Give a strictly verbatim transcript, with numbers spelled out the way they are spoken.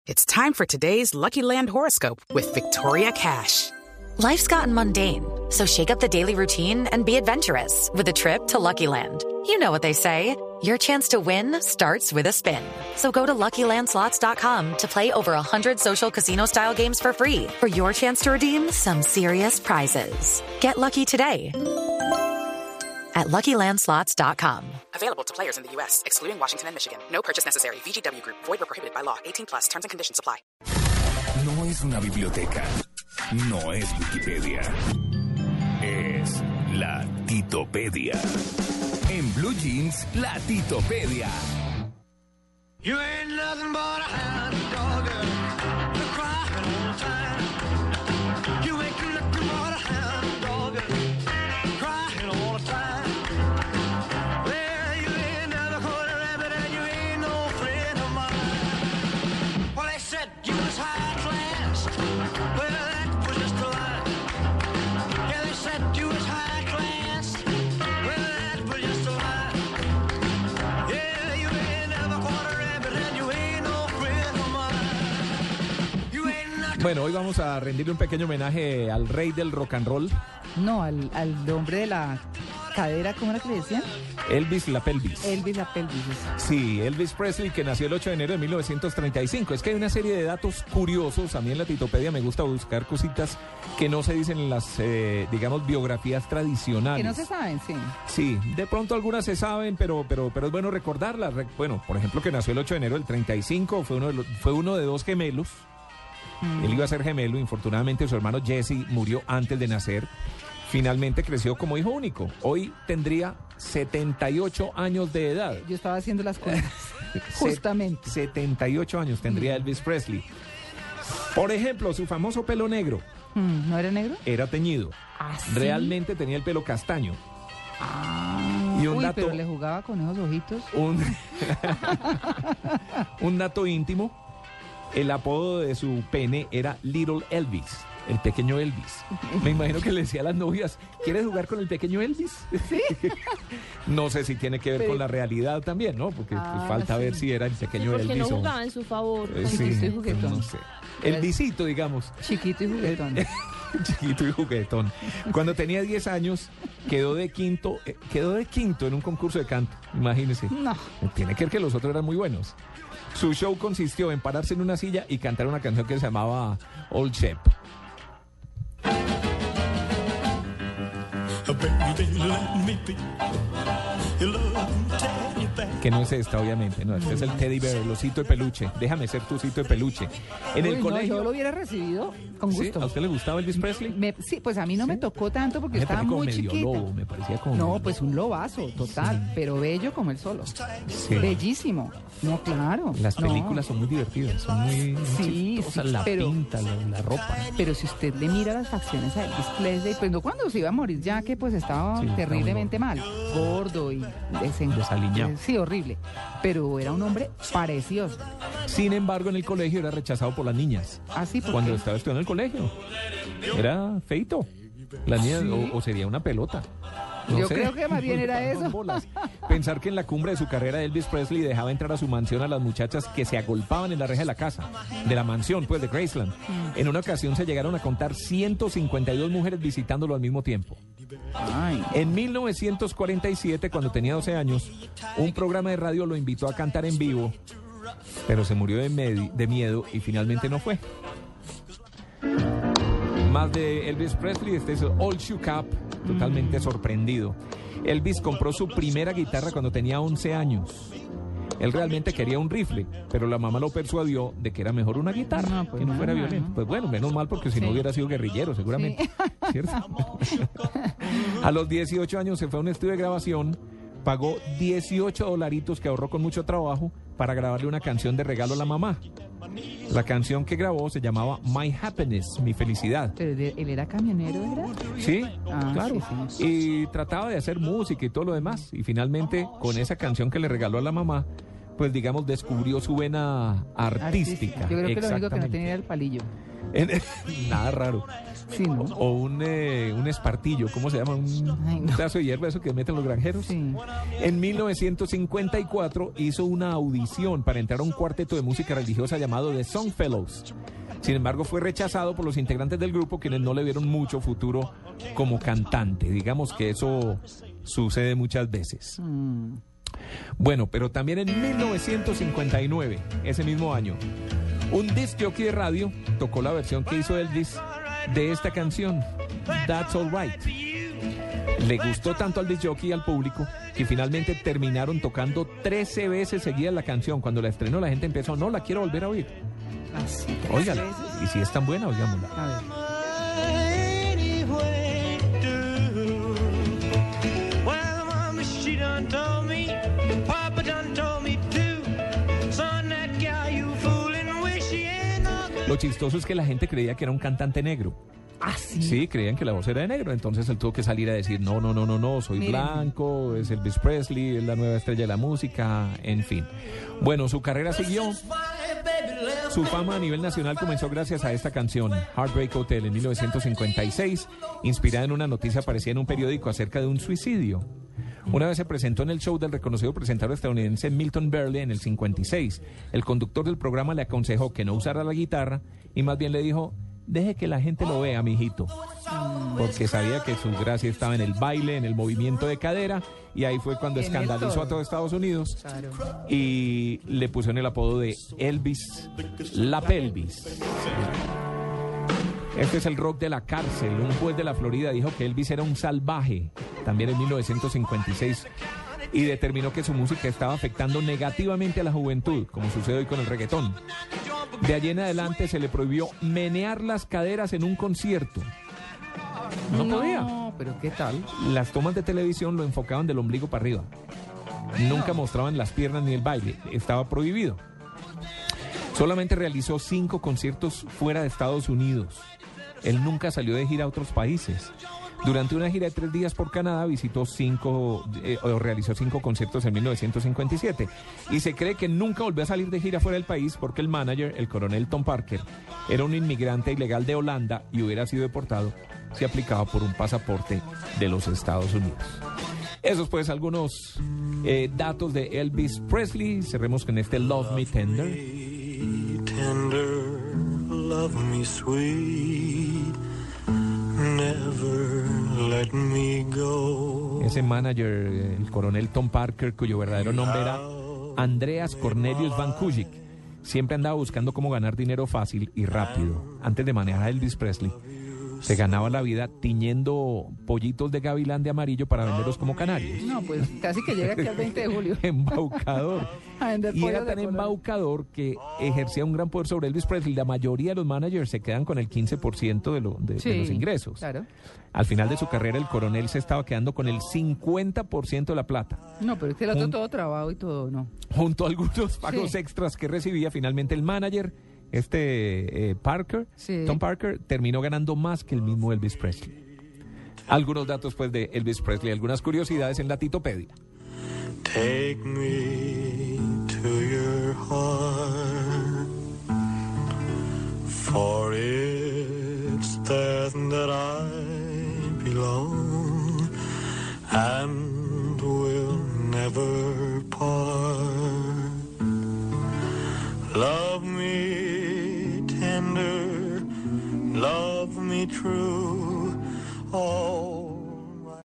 It's time for today's Lucky Land horoscope with Victoria Cash. Life's gotten mundane, so shake up the daily routine and be adventurous with a trip to Lucky Land. You know what they say, your chance to win starts with a spin. So go to Lucky Land Slots dot com to play over one hundred social casino-style games for free for your chance to redeem some serious prizes. Get lucky today at Lucky Land Slots dot com. Available to players in the U S, excluding Washington and Michigan. No purchase necessary. V G W Group. Void or prohibited by law. eighteen plus. Terms and conditions apply. No es una biblioteca. No es Wikipedia. Es la Titopedia. En Blue Jeans, la Titopedia. You ain't nothing but a hound dog. You're crying all the time. You ain't nothing but a hound dog. Crying all the time. Well, you ain't never caught a rabbit and you ain't no friend of mine. Well, they said you was high class. Well, that was just a lie. Yeah, they said you was high class. Well, that was just a lie. Yeah, you ain't never caught a rabbit and you ain't no friend of mine. You ain't nothing. Bueno, hoy vamos a rendirle un pequeño homenaje al rey del rock and roll, No, al, al hombre de la cadera, ¿cómo era que le decían? Elvis la Pelvis. Elvis la pelvis. Sí, Elvis Presley, que nació el ocho de enero de mil novecientos treinta y cinco. Es que hay una serie de datos curiosos. A mí en la Titopedia me gusta buscar cositas que no se dicen en las, eh, digamos, biografías tradicionales. Que no se saben, sí. Sí, de pronto algunas se saben, pero, pero, pero es bueno recordarlas. Re- bueno, por ejemplo, que nació el ocho de enero del treinta y cinco, fue uno de, los- fue uno de dos gemelos. Él iba a ser gemelo, infortunadamente su hermano Jesse murió antes de nacer. Finalmente creció como hijo único. Hoy tendría setenta y ocho años de edad. Yo estaba haciendo las cuentas, justamente. setenta y ocho años tendría Elvis Presley. Por ejemplo, su famoso pelo negro Mm, ¿No era negro? era teñido. ¿Ah, sí? Realmente tenía el pelo castaño. Ah, Y un uy, dato- pero le jugaba con esos ojitos. Un, un dato íntimo, el apodo de su pene era Little Elvis, el pequeño Elvis. Me imagino que le decía a las novias, ¿quieres jugar con el pequeño Elvis? ¿Sí? No sé si tiene que ver Pero- con la realidad también, ¿no? Porque pues, Ah, falta sí. ver si era el pequeño Porque Elvis no o... jugaba en su favor. Eh, Chiquito y pues, juguetón. no sé. Elvisito, digamos. Chiquito y juguetón. Chiquito y juguetón. Cuando tenía diez años, quedó de quinto, eh, quedó de quinto en un concurso de canto, imagínese. No. Tiene que ver que los otros eran muy buenos. Su show consistió en pararse en una silla y cantar una canción que se llamaba Old Shep. Que no es esta, obviamente, no, este es el Teddy Bear, el osito de peluche. Déjame ser tu osito de peluche. En Uy, el no, colegio... yo lo hubiera recibido con ¿Sí? gusto. ¿A usted le gustaba Elvis Presley? Me- sí, pues a mí no me tocó tanto porque Me estaba parecía como muy medio chiquita. lobo, me parecía como... No, medio pues un lobazo, total, Sí. pero bello como el solo. Sí. Bellísimo. No, claro. Las no. películas son muy divertidas, son muy, muy Sí, chistosas, sí, la pero- pinta, la, la ropa. Pero si usted le mira las facciones a Elvis Presley, pues no cuando se iba a morir ya que pues estaba Sí, estaba terriblemente muy mal, gordo y desen- Desaliñado. eh, Sí, horrible. Pero era un hombre precioso. Sin embargo, en el colegio era rechazado por las niñas. Así porque Cuando estaba estudiando en el colegio. Era feito. Las niñas, o, o sería una pelota. No Yo sé. creo que más bien era Daban eso. bolas. Pensar que en la cumbre de su carrera Elvis Presley dejaba entrar a su mansión a las muchachas que se agolpaban en la reja de la casa, de la mansión, pues, de Graceland. En una ocasión se llegaron a contar ciento cincuenta y dos mujeres visitándolo al mismo tiempo. Ay, En mil novecientos cuarenta y siete, cuando tenía doce años, un programa de radio lo invitó a cantar en vivo, pero se murió de, medi- de miedo y finalmente no fue. Más de Elvis Presley, este es All Shook Up, totalmente sorprendido. Elvis compró su primera guitarra cuando tenía once años. Él realmente quería un rifle, pero la mamá lo persuadió de que era mejor una guitarra, No, pues que no fuera nada, violento. ¿no? Pues bueno, menos mal porque si no Sí. hubiera sido guerrillero seguramente, ¿cierto? A los dieciocho años se fue a un estudio de grabación, pagó dieciocho dolaritos que ahorró con mucho trabajo para grabarle una canción de regalo a la mamá. La canción que grabó se llamaba My Happiness, mi felicidad. pero él él era camionero, ¿era? Sí, Ah, claro. sí, sí. Y trataba de hacer música y todo lo demás. Y finalmente, con esa canción que le regaló a la mamá, pues digamos, descubrió su vena artística. Yo creo que lo único que no Exactamente. tenía era el palillo. En- Nada raro. Sí, ¿no? O un, eh, un espartillo, ¿cómo se llama? Un, Ay, no. un pedazo de hierba, eso que meten los granjeros. Sí. En mil novecientos cincuenta y cuatro hizo una audición para entrar a un cuarteto de música religiosa llamado The Songfellows. Sin embargo, fue rechazado por los integrantes del grupo, quienes no le vieron mucho futuro como cantante. Digamos que eso sucede muchas veces. Mm. Bueno, pero también en mil novecientos cincuenta y nueve, ese mismo año, un disc jockey de radio tocó la versión que hizo Elvis de esta canción, That's All Right. Le gustó tanto al disc jockey y al público que finalmente terminaron tocando trece veces seguidas la canción. Cuando la estrenó, la gente empezó, no, la quiero volver a oír. Así, tres Óigala. veces. Y si es tan buena, oigámosla. A ver. Anyway, do. Well, mama, she done told me, Papa done told me too. Son, that guy you fooling with, she ain't no good. Lo chistoso es que la gente creía que era un cantante negro. Ah, sí. Sí, creían que la voz era de negro, entonces él tuvo que salir a decir, no, no, no, no, no, soy Miren. blanco, es Elvis Presley, es la nueva estrella de la música, en fin. Bueno, su carrera siguió. Su fama a nivel nacional comenzó gracias a esta canción, Heartbreak Hotel, en mil novecientos cincuenta y seis, inspirada en una noticia aparecida en un periódico acerca de un suicidio. Una vez se presentó en el show del reconocido presentador estadounidense Milton Berle en el cincuenta y seis. El conductor del programa le aconsejó que no usara la guitarra y más bien le dijo, deje que la gente lo vea, mijito. Porque sabía que su gracia estaba en el baile, en el movimiento de cadera, y ahí fue cuando En el escandalizó todo. a todo Estados Unidos Claro. y le pusieron el apodo de Elvis La Pelvis. Este es el rock de la cárcel. Un juez de la Florida dijo que Elvis era un salvaje, también en mil novecientos cincuenta y seis, y determinó que su música estaba afectando negativamente a la juventud, como sucede hoy con el reggaetón. De allí en adelante se le prohibió menear las caderas en un concierto. No podía. No, pero ¿qué tal? Las tomas de televisión lo enfocaban del ombligo para arriba. Nunca mostraban las piernas ni el baile. Estaba prohibido. Solamente realizó cinco conciertos fuera de Estados Unidos. Él nunca salió de gira a otros países. Durante una gira de tres días por Canadá visitó cinco, eh, o realizó cinco conciertos en mil novecientos cincuenta y siete. Y se cree que nunca volvió a salir de gira fuera del país porque el manager, el coronel Tom Parker, era un inmigrante ilegal de Holanda y hubiera sido deportado si aplicaba por un pasaporte de los Estados Unidos. Esos pues algunos eh, datos de Elvis Presley. Cerremos con este Love Me Tender. Tender, love me sweet, never let me go. Ese manager, el coronel Tom Parker, cuyo verdadero nombre era Andreas Cornelius Van Kujic, siempre andaba buscando cómo ganar dinero fácil y rápido. Antes de manejar a Elvis Presley, se ganaba la vida tiñendo pollitos de gavilán de amarillo para venderlos como canarios. No, pues casi que llega aquí al veinte de julio. Embaucador. A vender Y pollos era de tan color. embaucador que ejercía un gran poder sobre Elvis Presley. La mayoría de los managers se quedan con el quince por ciento de, lo, de, de Sí, los ingresos. claro. Al final de su carrera, el coronel se estaba quedando con el cincuenta por ciento de la plata. No, pero es que el otro Un- todo trabajo y todo, no. Junto a algunos pagos Sí. extras que recibía, finalmente el manager, este eh, Parker, Sí. Tom Parker, terminó ganando más que el mismo Elvis Presley. Algunos datos pues de Elvis Presley, algunas curiosidades en la Titopedia. Take me to your heart, for it's there that I belong, and will never part. Love me tender, love me true,